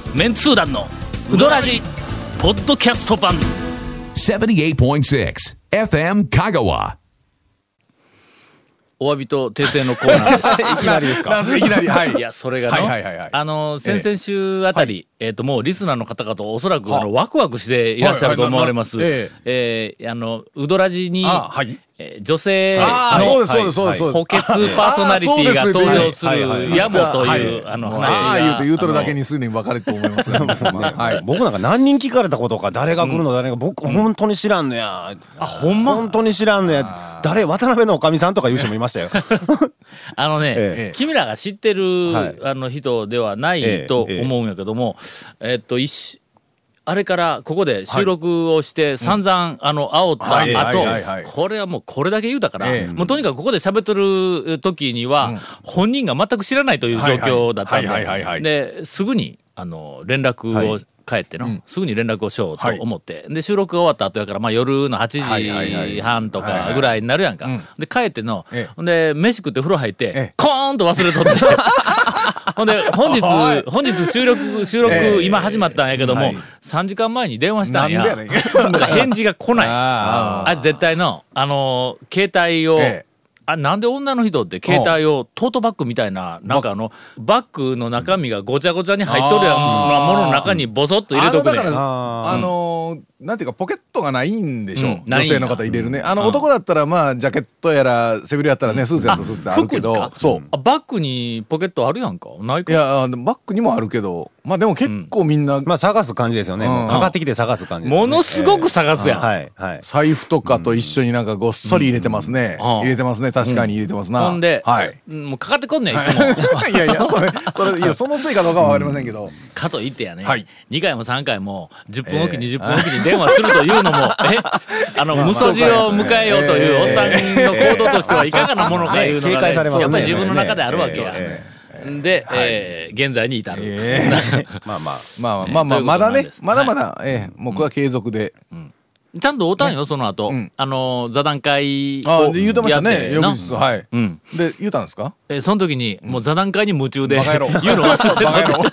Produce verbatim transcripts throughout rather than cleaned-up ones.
メンツー団のウドラジポッドキャスト版ななじゅうはちてんろく エフエム 香川。 お詫びと訂正のコーナーですいきなりですか。 なんすかいきなり、はい。 いやそれがの、 はいはいはいはいあの先々週あたり、えー、えーともうリスナーの方々おそらくあのワクワクしていらっしゃると思われます、 はいはいななえーあのウドラジに、 あはいえー女性のあーそうですそうですそうですそうです補欠パーソナリティが登場する野暮というあの話がああ言うと言うとるだけにすぐに分かると思いますが、はい。 僕なんか何人聞かれたことか、誰が来るの誰が、僕本当に知らんのや。 あほんま本当に知らんのや。誰、渡辺のおかみさんとか言う人もいましたよ。 あのね、 ええ君らが知ってる、 はいあの人ではないと思うんやけども、えっと一あれからここで収録をして散々、あの煽ったはい後、 はいはいはいこれはもうこれだけ言うたから、 ええもうとにかくここで喋ってる時には、本人が全く知らないという状況だったんはいはいはいはいで、ですぐにあの連絡を帰っての、すぐに連絡をしようと思って、で収録が終わった後やから、まあ、夜のはちじはんとかぐらいになるやんか、で帰っての、 ええで飯食って風呂入って、 ええコーンと忘れとってほんで本日本日収録収録、 ええ今始まったんやけども、 はいさんじかんまえに電話したんや。 なんでやねんだから返事が来ない。 ああ絶対のあの携帯を、 ええあなんで女の人って携帯をトートバッグみたいななんかあのバッグの中身がごちゃごちゃに入っとるようなものの中にボソッと入れとくねん。 あのだからああのーなんていうかポケットがないんでしょ、 うんないんや女性の方入れるね。あの男だったらまあジャケットやら背広やったらね、スーツやったらスーツであるけど、 服かそうあバッグにポケットあるやんかないか。 いやあのバッグにもあるけど、まあでも結構みんなまあ探す感じですよね。もうかかってきて探す感じですよね。 ものすごく探すやん。 はいはい。 財布とかと一緒になんかごっそり入れてますね、 うん入れてますね、確かに入れてますな、 ほんで、 はいうんもうかかってこんねんいつも。 いやいやそれそれいやそのせいかどうかは分かりませんけど、 かといってやね、 はいにかいもさんかいもじゅっぷんおきにじゅっぷんおきに電話するというのもえあの無素地を迎えようというおっさんの行動としてはいかがなものかいうの警が、ね戒されますねやっぱり自分の中であるわけや。 えで、えー現在に至る。 えまあまあ。 まあまあまあということまだねなんですまだまだ、ええ僕は継続で、 ちゃんとおたんよ、その後、 んあの座談会あをで言うてましたやってなね翌日、はい、 うんで言うたんですか、 えーその時にもう座談会に夢中でバカ野郎言うの忘れてバカ野た。 郎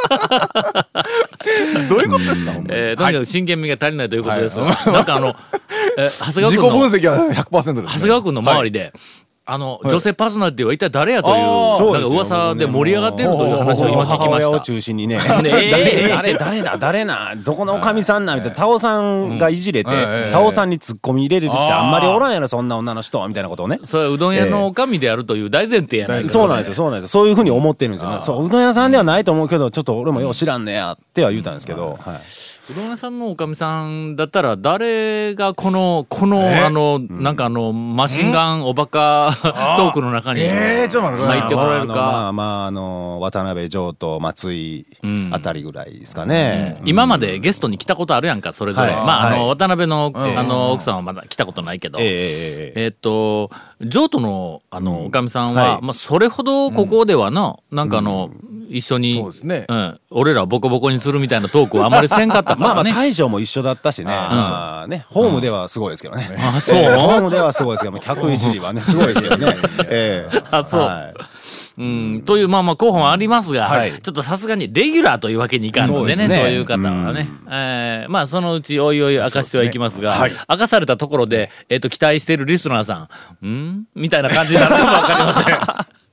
どういうことですか、ほんまにえーとにかく真剣味が足りないということですよ、なんかあの、えー長谷自己川君の分析は ひゃくパーセントです、ね、 長谷川君の周りで、あの女性パーソナリティは一体誰やという、 あーなんか噂で盛り上がっているという話を今聞き母親をました。 中心にね、 ね誰誰誰だ誰などこのおかみさんなみたいな、タオさんがいじれて、タオさんにツッコミ入れるってあんまりおらんやろそんな女の人みたいなことをね。 それはうどん屋のおかみであるという大前提やないか、 そうなんですよそうなんですよ、そういうふうに思ってるんですよね。そううどん屋さんではないと思うけど、ちょっと俺もよう知らんねやっては言うたんですけど、はいうどん屋さんのおかみさんだったら誰がこのこのあのなんかあのマシンガンおバカトークの中にえーちょっと待ってください入ってこられるまあか。 まああの渡辺城と松井あたりぐらいですかね。 今までゲストに来たことあるやんかそれぞれ、 はいまああのはい渡辺のんあの奥さんはまだ来たことないけど、 えええええええーっと譲渡のあのおかみさんは、 はいまあ、それほどここではな、なんかあの、一緒にそうですねん、俺らボコボコにするみたいなトークはあんまりせんかったかまあまあらね。 大将も一緒だったしね。まあねホームではすごいですけどね。 あそうええホームではすごいですけど、客いじりはねすごいですけどね。ええあそうはいうん、というまあまあ候補はありますが、 はいちょっとさすがにレギュラーというわけにいかんのでね、そううそですねいう方はね、えーまあそのうちおいおい明かしてはいきますが、明かされたところで、えっと期待しているリスナーさん、んみたいな感じになるかもわかりません。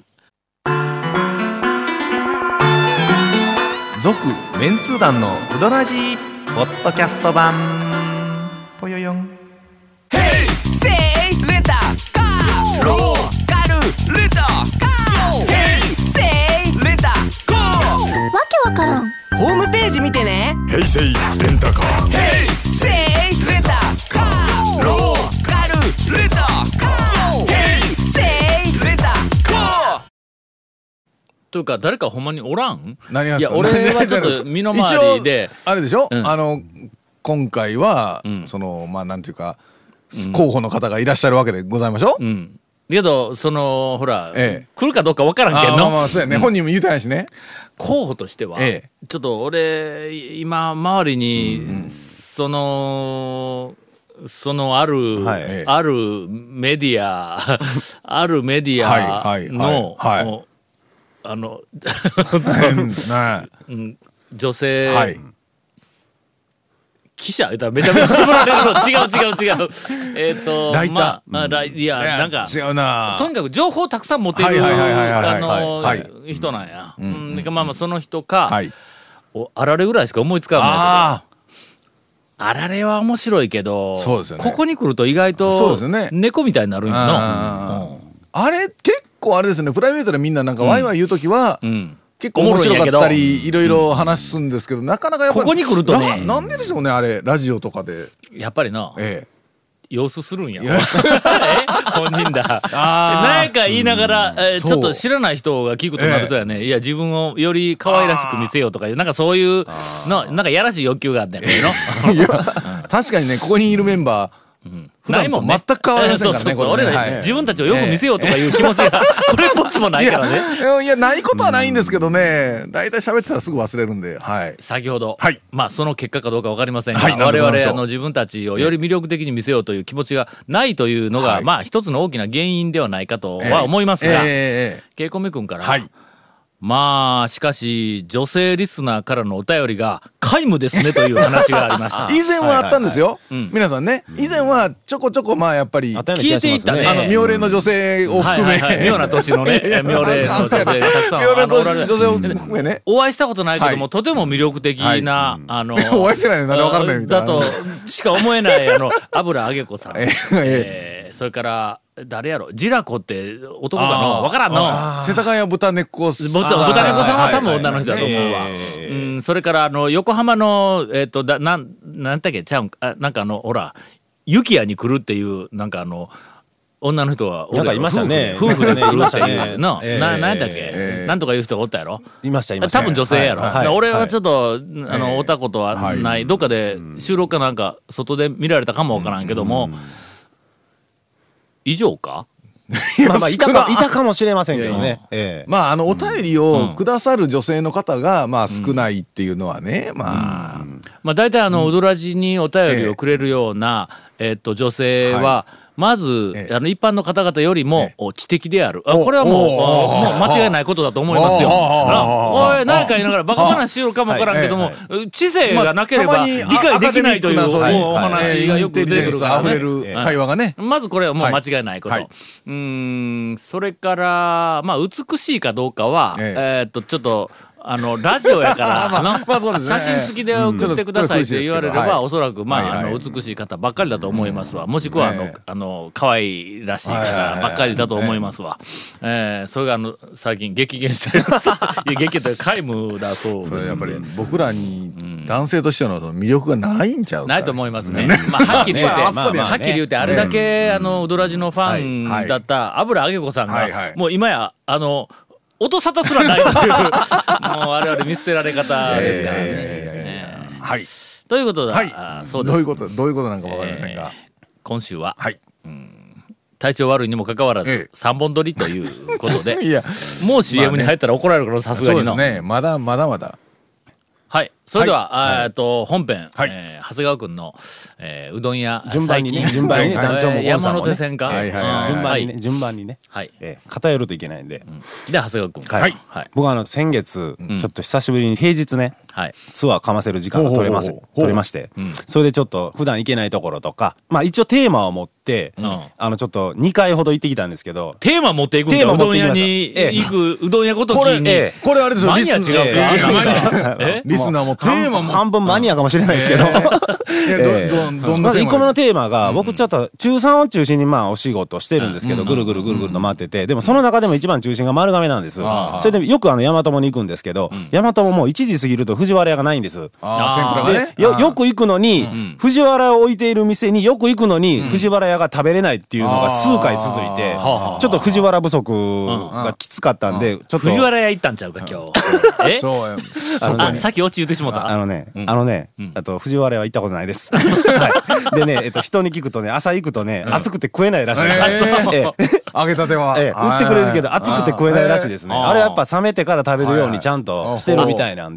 続メンツー団のウドラジーポッドキャスト版ぽよよん。 わけわからん。 ホームページ見てね。 平成レンタカーヘイセイレンタカーローカルレンタカーヘイセイレンタカーというか誰かほんまにおらん？ 何がですか。 いや俺はちょっと身の回りで一応あれでしょ、 うんあの今回は、 んそのまあなんていうか、候補の方がいらっしゃるわけでございましょ、ううんけどそのほら、 ええ来るかどうかわからんけんの、 あまあまあそうやね、本人も言うてないしね。 候補としては、 ええちょっと俺今周りに、そのそのある、 はいあるメディアあるメディアはいはいの、 はいはいあのねうん女性、 はい記者言ったらめちゃめちゃ絞られるの違う違う違うえっとライターまあ、あライいやなんか違うなとにかく情報たくさん持っているはいはいはいはいはいあのはい人なんや、うんでまあまあその人か、 はいおあられぐらいしか思いつかないけどああられは面白いけどそうですよねここに来ると意外そうとですよね猫みたいになるんやあの、 あれ結構あれですねプライベートでみんななんかワイワイ言うときは、 うんうん結構面白かったおもろいんやけりいろいろ話すんですけど、なかなかやっぱりここに来るとねななんででしょうねあれラジオとかでやっぱりなええ様子するんややえ本人だあー何か言いながら、えーそうちょっと知らない人が聞くとなるとやね、いや自分をより可愛らしく見せようとかいうなんかそういうのなんかやらしい欲求があってんのいや確かにねここにいるメンバー普段と全く変わりませんからねそうそうそうこれね俺ら、 はい自分たちをよく見せようとかいう気持ちが、これっぽっちもないからね。 いやいやないことはないんですけどね大体喋ってたらすぐ忘れるんではい先ほど、 はいまあその結果かどうか分かりませんが、 はいなんで我々 ございましょうあの自分たちをより魅力的に見せようという気持ちがないというのが、 はいまあ一つの大きな原因ではないかとは思いますが、 ええええケイコミ君から、 はいまあしかし女性リスナーからのお便りが皆無ですねという話がありました以前はあったんですよ、 うん皆さんね以前はちょこちょこまあやっぱりあったような気がします消えていったねあの妙齢の女性を含め、 はいはいはい、妙な年のね妙齢の女性がたくさん妙齢のあのおられる女性を含めねお会いしたことないけども、 はいとても魅力的な、 はいあのお会いしてないのなんで分からないみたいなだとしか思えないあの油あげ子さん、 ええーそれから誰やろジラコって男かの分からんの世田谷豚猫豚豚猫さんは多分女の人だと思うわ。 はいはいはいうん、それからあの横浜のえっ、とだなんなんだっけちゃうんあなんかあのほら雪屋に来るっていうなんかあの女の人はなんかいましたね夫婦で夫婦で来るっていましたねいうの、 ええななんだっけ、 ええなんとかいう人がおったやろ。 いましたいました多分女性やろ、 はいはい俺はちょっと、あのええおたことはない、どっかで収録かなんか外で見られたかもわからんけども、以上かまあまあいたかいたかもしれませんけどねええまああのお便りをくださる女性の方がまあ少ないっていうのはねまあまあ、大体あの、うどらじにお便りをくれるような、えっと女性は、まず、 ええあの一般の方々よりも、お知的であるあおこれはもうおあもう間違いないことだと思いますよ。 おおなおおい何か言いながらバカ話しようかもわからんけども、 はい知性がなければ理まあたまに解できないというアカデミックなそういうおお話がよく出てくるからインテリジェンスあふれね。 る会話がねまずこれはもう間違いないこと、 はいはいうーんそれからまあ美しいかどうかは、 ええーっとちょっとあのラジオやから、 まあなまあそうですね写真付きで送ってくださいって言われれば、 うんちょっとおそらくまあ、 はいはいあの美しい方ばっかりだと思いますわ。もしくはあの、 ええあの可愛らしい方ばっかりだと思いますわ。えーそれがあの最近激減しております。いや激減というか皆無だそうそれですやっぱりんで。 僕らに男性としての魅力がないんちゃうないと思いますね。まあはっきり言って、 ねまあまあはっきり言ってあれだけ、あのうどらじのファンだった油あげ子さんが、 はいはいもう今やあの音沙汰すらないというもう我々見捨てられ方ですからね。ええはいということだ、 はいあそうです。 どういうことどういうことなんかわかりませんが今週ははい体調悪いにもかかわらずええさんぼん撮りということで、 いやもう シーエム に入ったら怒られるからさすがそうですにの。 ねまだまだまだはい。それでは、 はいえーっと本編、 はいえー長谷川君の、えーうどん屋順番にね最近順番にねえー団長もゴンさんもね山手線か、 はいはいはいうん順番にねはい順番にねはい。 ええ偏るといけないんでで長谷川君はいはい僕はあの先月ちょっと久しぶりに平日ねはい。 ツアーかませる時間が取れますほうほうほうほう取れましてそれでちょっと普段行けないところとかまあ一応テーマを持ってんあのちょっとにかいほど行ってきたんですけどテーマ持っていくんテーマだうどん屋持ってきましたにええ行くうどん屋ごときこれにええこれあれですよマニア違うかリスナーなんかえリスナーもテーマも半分マニアかもしれないですけどえどどんどんなまずいっこめのテテーマが僕ちょっと中さんを中心にまあお仕事してるんですけどぐるぐるぐるぐると回っててでもその中でも一番中心が丸亀なんですそれでよくあの大和もに行くんですけど大和ももういちじ過ぎると藤原屋がないんですーマあー天ぷらがねでよよく行くのに藤原を置いている店によく行くのに藤原屋が食べれないっていうのが数回続いてちょっと藤原不足がきつかったんでちょっと藤原屋行ったんちゃうか今日えそうやあさっき落ち言ってしもたあのね、あのね、あと藤原は行ったことないです。はい、でね、えっと人に聞くとね、朝行くとね、暑くて食えないらしいです。 えええ揚げたてはええ売ってくれるけど暑くて食えないらしいですね。 あーあれやっぱ冷めてから食べるようにちゃんとしてるみたいなんで。 段取り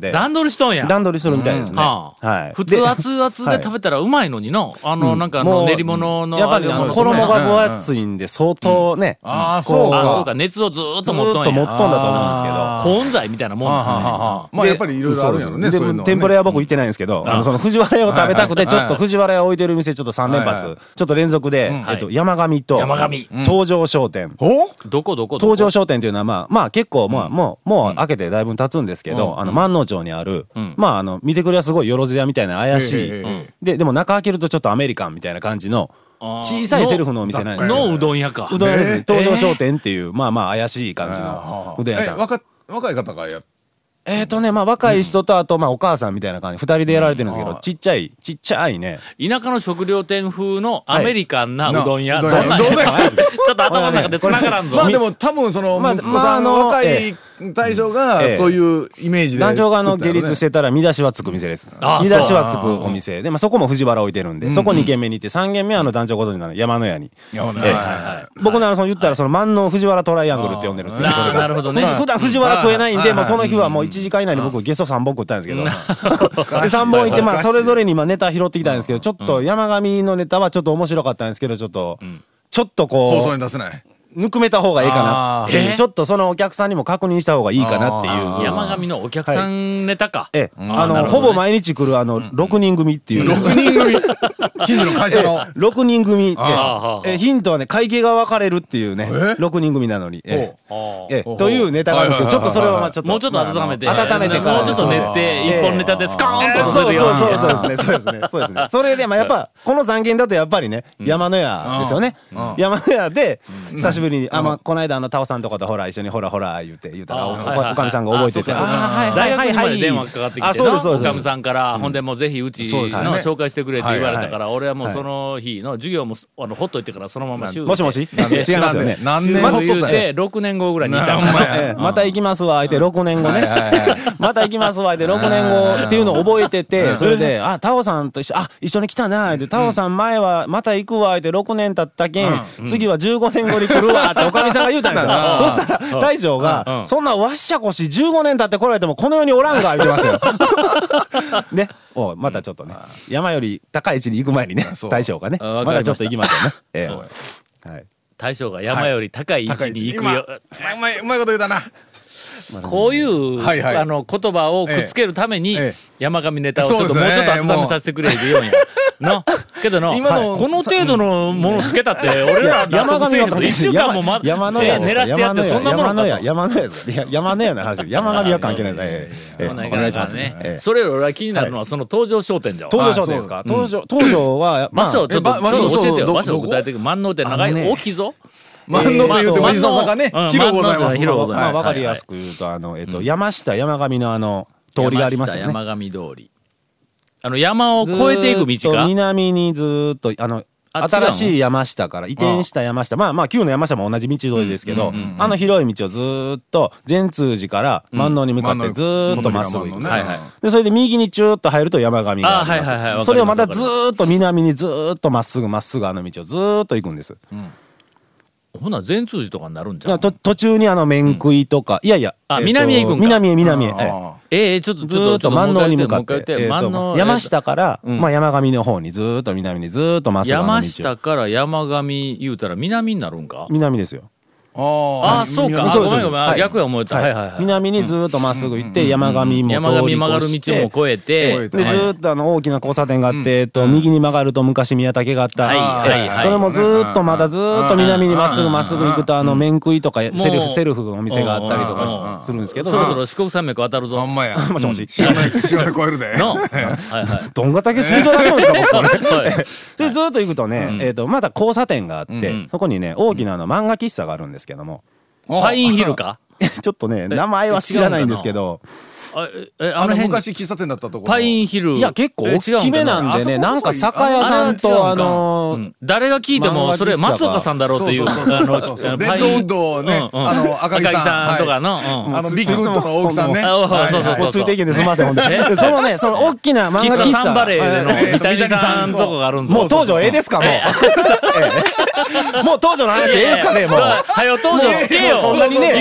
しとんや。 段取りするみたいですね。はい。 普通熱々で食べたらうまいのにの、あのなんかあの練り物のやっぱり衣が分厚いんで相当ね。 ああそうあ、 か。 そうか、熱をずーっと持っとんや。 ずーっと持っとんだと思うんですけど。 保温剤みたいなもんなんだね。 まあやっぱりいろいろあるんやろね。 でも天ぷら屋僕行ってないんですけど、あのその藤原屋を食べたくてちょっと藤原屋置いてる店ちょっとさん連発ちょっと連続でえっと山上と東条商店。 どこどこ東条商店というのはまあまあ結構まあもうもう開けてだいぶ経つんですけど、あの万能町にあるまああの見てくれはすごいよろず屋みたいな怪しいででも中開けるとちょっとアメリカンみたいな感じの小さいセルフのお店なんですよ。 のうどん屋か。 うどん屋ですね。東条商店っていうまあまあ怪しい感じのうどん屋さん。 若い方がやっえーとねまあ若い人とあとまあお母さんみたいな感じふたりでやられてるんですけど、ちっちゃいちっちゃいね田舎の食料店風のアメリカンなうどん屋、 はいどんなんやどんなんやちょっと頭の中で繋がらんぞ。 まあでも多分その息子さんの若い大将がそういうイメージで団長があの下痢してたら見出しはつく店です。見出しはつくお店で、まあそこも藤原置いてるんで、そこに軒目に行ってさん軒目はあの団長ご存知なの山の屋に。僕のあのその言ったらその万能藤原トライアングルって呼んでるんですけど、 なるほどね。 普段藤原食えないんで、もうその日はもういちじかん以内に僕ゲストさんぼん食ったんですけど、でさんぼん行ってまあそれぞれにまあネタ拾ってきたんですけど、ちょっと山上のネタはちょっと面白かったんですけど、ちょっとちょっとこう放送に出せない。 ぬくめた方がいいかなっていう、ちょっとそのお客さんにも確認した方がいいかなっていう。 山上のお客さんネタか。 ええ、あのほぼ毎日来るあのろくにん組っていうろくにん組近所の会社のろくにん組でヒントはね会計が分かれるっていうねろくにん組なのにええというネタがあるんですけど、ちょっとそれはまあちょっともうちょっと温めて温めてからもうちょっと練って一本ネタでスコーンとそうするように。 そうそうそうですねそうですねそうですね。それでまあやっぱこの残金だとやっぱりね山の屋ですよね。山の屋で久しぶりにあまあこの間あのタオさんとかとほら一緒にほらほら言って言うたらおかみさんが覚えてて、 大学にまで電話かかってきてそうですそうですおかみさんからほんでもうぜひうちの紹介してくれって言われたから、俺はもうその日の授業もあのほっといてからそのまま週もしもし違いますよね。 週言うてろくねんごぐらいにいたからまた行きますわ相手ろくねんごねまた行きますわ相手ろくねんごっていうのを覚えてて、それであタオさんと一緒あ一緒に来たなってタオさん前はまた行くわってろくねん経ったけん次はじゅうごねんごに来るわっておかみさんが言うたんですよ。そしたら大将がそんなわっしゃこしじゅうごねん経って来られてもこの世におらんが言ってましたよ。ねおまたちょっとね山より高い位置に行く前にね大将がねまだちょっと行きましょうね。ええはい大将が山より高い位置に行くよ。 うまいうまいこと言うたな。 こういうあの言葉をくっつけるために山上ネタをちょっともうちょっと温めさせてくれるようにのけどのこの程度のものつけたって俺ら納得せんけどいっしゅうかんも練らしてやってそんなものかと。 山の屋です山の屋の話です。山上は関係ないです。お願いしますね。それより俺は気になるのはその東条商店じゃん。 東条商店ですか。東条東条は場所ちょっと教えてよ。場所具体的に万能店長い大きいぞ。 万能というと水の坂ね広ございます。 広ございます。わかりやすく言うとあのえっと山下山上のあの通りがありますよね。 山上通り。あの山を越えていく道か。 南にずっとあの新しい山下から移転した山下まあまあ旧の山下も同じ道沿いですけど、あの広い道をずっと善通寺から万能に向かってずっとまっすぐ行くんですよ。でそれで右にチューッと入ると山上があります。それをまたずっと南にずっとまっすぐまっすぐあの道をずっと行くんです。 ほな善通寺とかになるんじゃん。 途中にあの麺食いとかいやいや南へ行くんか。 南へ南へええちょっとずっと万能に向かって山下からまあ山上の方にずっと南にずっとまっすぐ山下から山上言うたら南になるんか。 南ですよ。 ああそうか。ごめんごめん逆や思えた。はいはいはい。 南にずっとまっすぐ行って山上も通り越して山上曲がる道も越えてでずっとあの大きな交差点があってと右に曲がると昔宮武があったそれもずっとまだずっと南にまっすぐまっすぐ行くとあの麺食いとかセルフセルフのお店があったりとかするんですけどそろそろ四国山脈渡るぞ。 ほんまや。 もしもし島根越えるで。 どんがたけスピード出すんですか僕それ。でずっと行くとねえとまた交差点があってそこにね大きなあの漫画喫茶があるんですけどもパインヒルかちょっとね名前は知らないんですけどあえあの昔喫茶店だったところパインヒルいや結構大きめなんでねなんか酒屋さんとあの誰が聞いてもそれ松岡さんだろうっていうレッドウッドねあの赤木さんとかのあのビッグウッドの大木さんねそうそうそうついていけんですみませんほんでそのねその大きな漫画喫茶サンバレーの三谷さんとこがあるんです。 もう東條ええですかもうもう東條の話ええですかねもうはよ東條つけよ。 そんなにねいつまで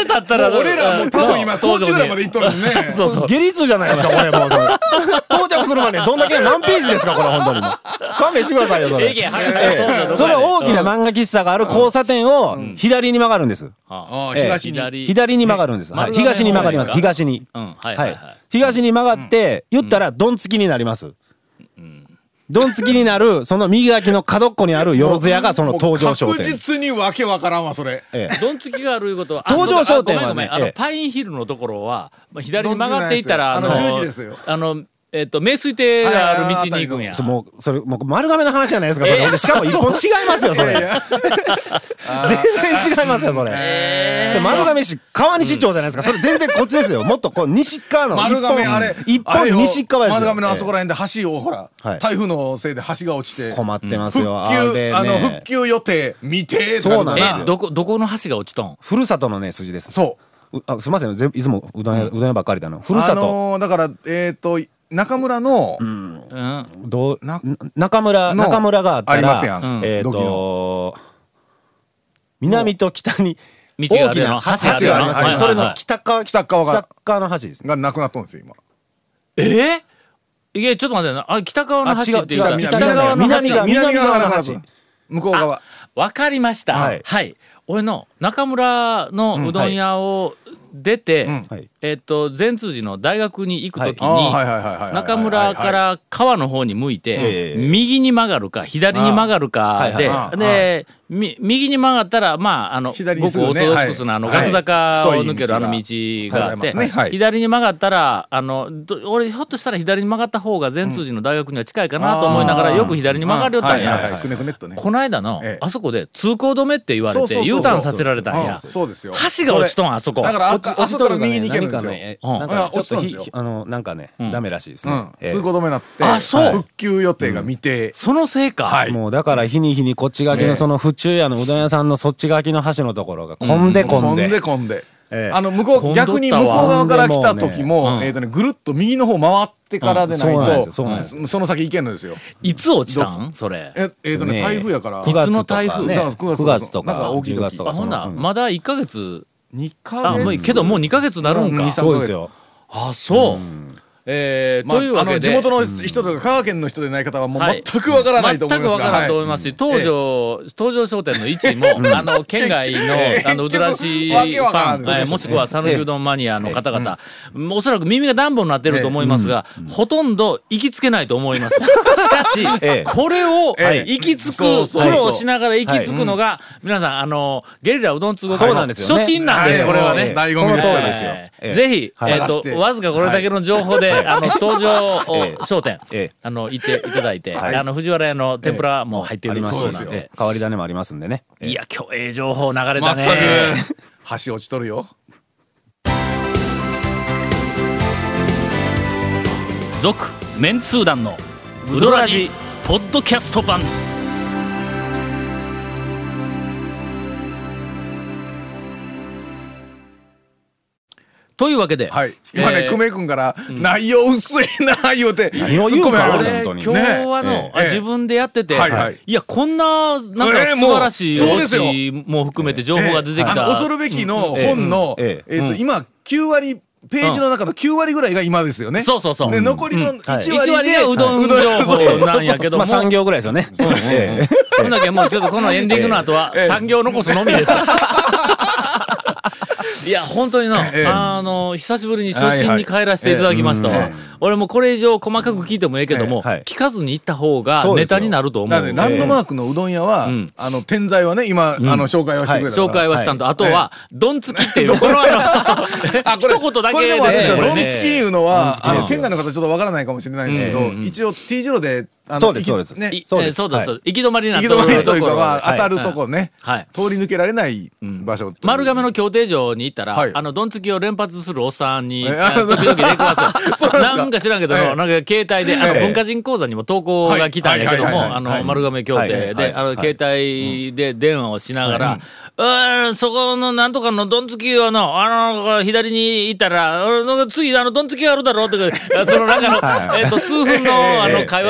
立ったら俺らもう多分今高知浦まで行っとるんね。 そうそう。 下痢痛じゃないですかこれもうそれ到着するまでどんだけ何ページですかこれ本当にも勘弁してくださいよそれ。 ええそれ大きな漫画喫茶がある交差点を左に曲がるんです。 東に左に曲がるんです。はい、東に曲がります。東に。 はいはいはい。 東に曲がって言ったらドンつきになります。ドンつきになるその右脇の角っこにあるよろずやがその登場商店。 確実にわけわからんわそれ。 ドンつきがあるいうことは登場商店はね、 あのパインヒルのところは左に曲がっていったらあのじゅうじですよ。 あのえっと名水亭がある道に行くんや。 もうそれもう丸亀の話じゃないですかそれ。しかも一本違いますよそれ。全然違いますよそれ。それ丸亀市川西町じゃないですか。それ全然こっちですよ。もっとこう西側の丸亀あれ一本西側ですよ。 丸亀のあそこら辺で橋をほら台風のせいで橋が落ちて困ってますよ。 復旧あの復旧予定未定。 そうなんですよ。 どこどこの橋が落ちとん？ ふるさとのね筋です。 そう。 あすみませんいつもうどん屋うどん屋ばっかりだの。ふるさと。 あのだからえっと。中村の、うん、 どうな中村中村があったらありますやん。 えっと南と北に大きな橋がありますね。それの北側北側が北側の橋ですがなくなったんですよ今。 ええ？いやちょっと待ってな。あ北側の橋って言った北側の南側南側の橋向こう側。 わかりました。はい。俺の中村のうどん屋を出て、えっと善通寺の大学に行くときに中村から川の方に向いて右に曲がるか左に曲がるかでで右に曲がったらまああのごくオーソドックスなあの角坂を抜けるあの道があって左に曲がったらあの俺ひょっとしたら左に曲がった方が善通寺の大学には近いかなと思いながらよく左に曲がりよったんや。この間のあそこで通行止めって言われて U ターンさせられたんや。橋が落ちとんあそこ。 だからあそこから右に行けるんですよ。 なんかちょっとあのなんかねダメらしいですね。 通行止めになって復旧予定が未定。 そのせいか。 もうだから日に日にこっち側のその府中屋のうどん屋さんのそっち側の橋のところが混んで混んで混んで混んで。あの向こう逆に向こう側から来た時もえっとねぐるっと右の方回ってからでないとその先行けんのですよ。 いつ落ちたんそれ？ ええとね台風やから。 いつの台風？ くがつとかじゅうがつとか。 ほんなまだいっかげつ。 にかげつけどもうにかげつなるんか。 そうですよ。 あそう。えー、というわけで地元の人とか香川県の人でない方はもう全くわからないと思いますが、 全くわからないと思いますし、東条東条商店の位置もあの県外のあのうどらしファンもしくは讃岐うどんマニアの方々、おそらく耳が暖房になっていると思いますが、ほとんど行きつけないと思います。しかしこれを行き着く苦労しながら行き着くのが皆さんあのゲリラうどん通ご会の初心なんです。これはね醍醐味ですよ。 ぜひえっとわずかこれだけの情報であの東条商店あの行っていただいて、あの藤原屋の天ぷらも入っておりますので、 変わり種もありますんでね。 いや今日ええ情報流れたね。 橋落ちとるよ。 続メンツー団のウドラジポッドキャスト版。というわけで、 はい、今ね久米君から内容薄いな言うて何を言うか俺今日はの自分でやってて、いやこんななんか素晴らしいお家も含めて情報が出てきた。 恐るべきの本のえっと今きゅうわりページの中のきゅうわりぐらいが今ですよね。 そうそうそう。 で残りのいちわりでがうどん情報なんやけども、 さん行ぐらいですよね。 そんだけもうちょっとこのエンディングの後はさん行残すのみです。いや本当にの、ええ、あの久しぶりに初心に帰らせていただきますと、はいはいええ、俺もこれ以上細かく聞いてもええけども、ええはい、聞かずに行った方がネタになると思う。 なのでランドマークのうどん屋は、うん、あの天在はね今、うん、あの紹介はしてくれたから、 はい、紹介はしたんと、はい、あとは、ええ、どんつきっていうこのあの一言だけで、 ね、どんつきいうのはあの県外の方ちょっとわからないかもしれないんですけど、うんうん、一応 T 字路でそうですそうです。 ね、そうです。そうです。行き止まりになってるところ。行き止まりというかは当たるとこね。通り抜けられない場所。 丸亀の競艇場に行ったら、あのどんつきを連発するおっさんに時々出くわす。なんか知らんけど、なんか携帯であの文化人講座にも投稿が来たんやけども、あの丸亀競艇であの携帯で電話をしながら。そこのなんとかのどんつきをのあの左に行ったら次あのどんつきがあるだろうってその中のえっと数分のあの会話の中に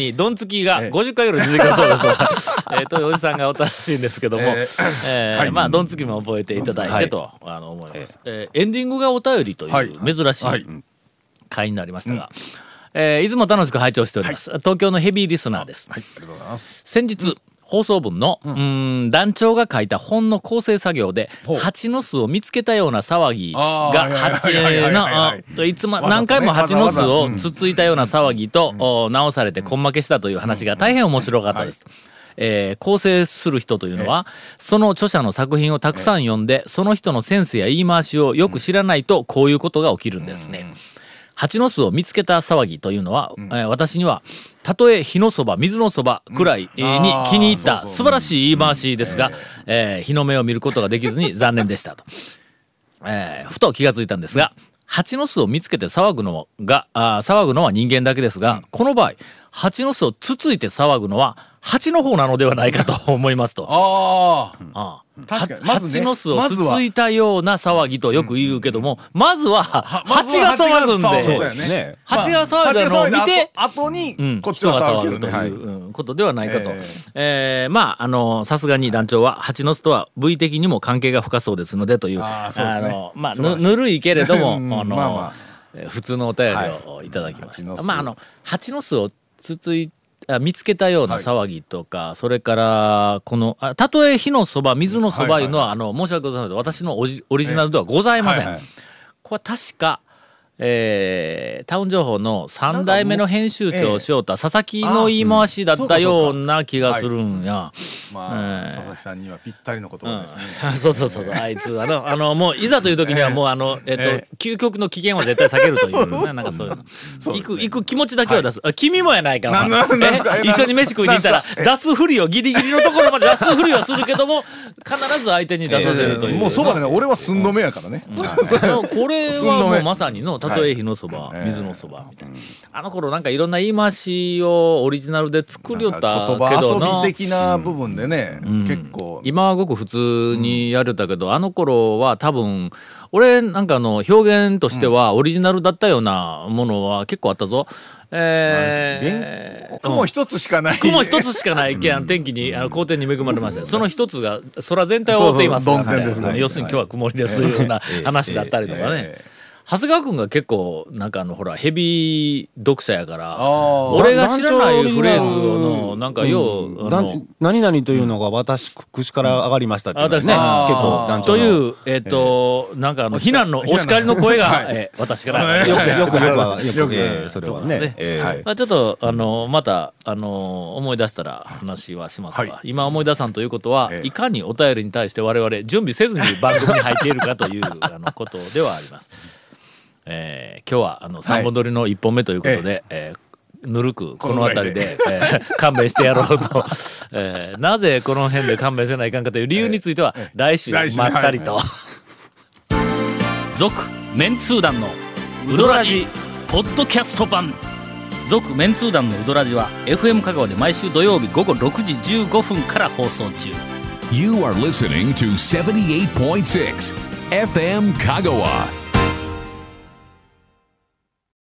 にドンつきがごじゅっかいぐらい出てくるそうですえーというおじさんがおったらしいんですけども、えーえーはい、まあドンつきも覚えていただいてと、はい、あの思います、えー、エンディングがお便りという珍しい回になりましたが、はいはい、えー、いつも楽しく拝聴しております、はい、東京のヘビーリスナーです、はい、ありがとうございます。先日、うん放送分の、うん、うん団長が書いた本の構成作業で蜂の巣を見つけたような騒ぎが蜂のいつも何回も蜂の巣をつついたような騒ぎと、うん、直されて根負けしたという話が大変面白かったです、うんはいえー、構成する人というのは、えー、その著者の作品をたくさん読んで、えー、その人のセンスや言い回しをよく知らないとこういうことが起きるんですね、うん蜂の巣を見つけた騒ぎというのは、うんえー、私にはたとえ火のそば水のそばくらい、うん、に気に入った素晴らしい言い回しですが、うんえーえー、日の目を見ることができずに残念でしたと、えー、ふと気がついたんですが蜂の巣を見つけて騒ぐのがあ騒ぐのは人間だけですが、うん、この場合蜂の巣をつついて騒ぐのは蜂の方なのではないかと思いますとああ確かにまずね、蜂の巣をつついたような騒ぎとよく言うけども、うん、まずは蜂が騒ぐんで蜂が騒ぐのを見て後にこっちが騒ぐということではないかと、えーえー、まああのさすがに団長は蜂の巣とは部位的にも関係が深そうですのでというああのまあぬぬるいけれどもあの、まあまあ、普通のお便りをいただきました、はい、まああの蜂の巣をつついて見つけたような騒ぎとか、はい、それからこのたとえ火のそば水のそばいうのは、はいはいはい、あの申し訳ございません私のオリ、オリジナルではございません、はいはい、これは確か、えー、タウン情報のさん代目の編集長をしようと佐々木の言い回しだったような気がするんや、 まあ、えー、佐々木さんにはぴったりの言葉ですね、 うん、そうそうそうそうあいつあのあのもういざという時にはもうあの、えーえー、究極の危険は絶対避けるというねなんかそういうのそう、ね、行く行く気持ちだけは出す、はい、君もやないか、まあ、一緒に飯食いに行ったら出すふりをギリギリのところまで出すふりはするけども必ず相手に出させるという、 えー、もうそばでね俺は寸止めやからね、 うん、これはもうまさにのたとえ火のそば、はい水のそばみたいな、えー、あの頃なんかいろんな言い回しをオリジナルで作りよったけどな言葉遊び的な部分でね、うん、結構今はごく普通にやれたけど、うん、あの頃は多分俺なんかの表現としてはオリジナルだったようなものは結構あったぞ。えー、雲一つしかない雲一つしかないけん天気にあの好天に恵まれました。その一つが空全体を覆っていますからね。そうそう、要するに今日は曇りですような話だったりとかね。長谷川君が結構なんかあのほらヘビー読者やから俺が知らないフレーズのなんかよう、うん、あの何々というのが私口から上がりましたっていうのはね、うん、結構団長のというえっ、ー、と、えー、なんかあの非難のお叱りの声が、はいえー、私からよくよくよくよく、えー、それはね、ねえーはいまあ、ちょっとあのまたあの思い出したら話はしますが、はい、今思い出さんということは、えー、いかにお便りに対して我々準備せずに番組に入っているかというあのことではあります。えー、今日はあのさんぼん撮りのいっぽんめということで、はいえー、ぬるくこの辺りで、えー、勘弁してやろうと、えー、なぜこの辺で勘弁せないかんかという理由については、えー、来週まったりと続メンツー団のウドラジポッドキャスト版続メンツー団のウドラジは エフエム 香川で毎週土曜日午後ろくじじゅうごふんから放送中。 You are listening to セブンティーエイトポイントシックス エフエム 香川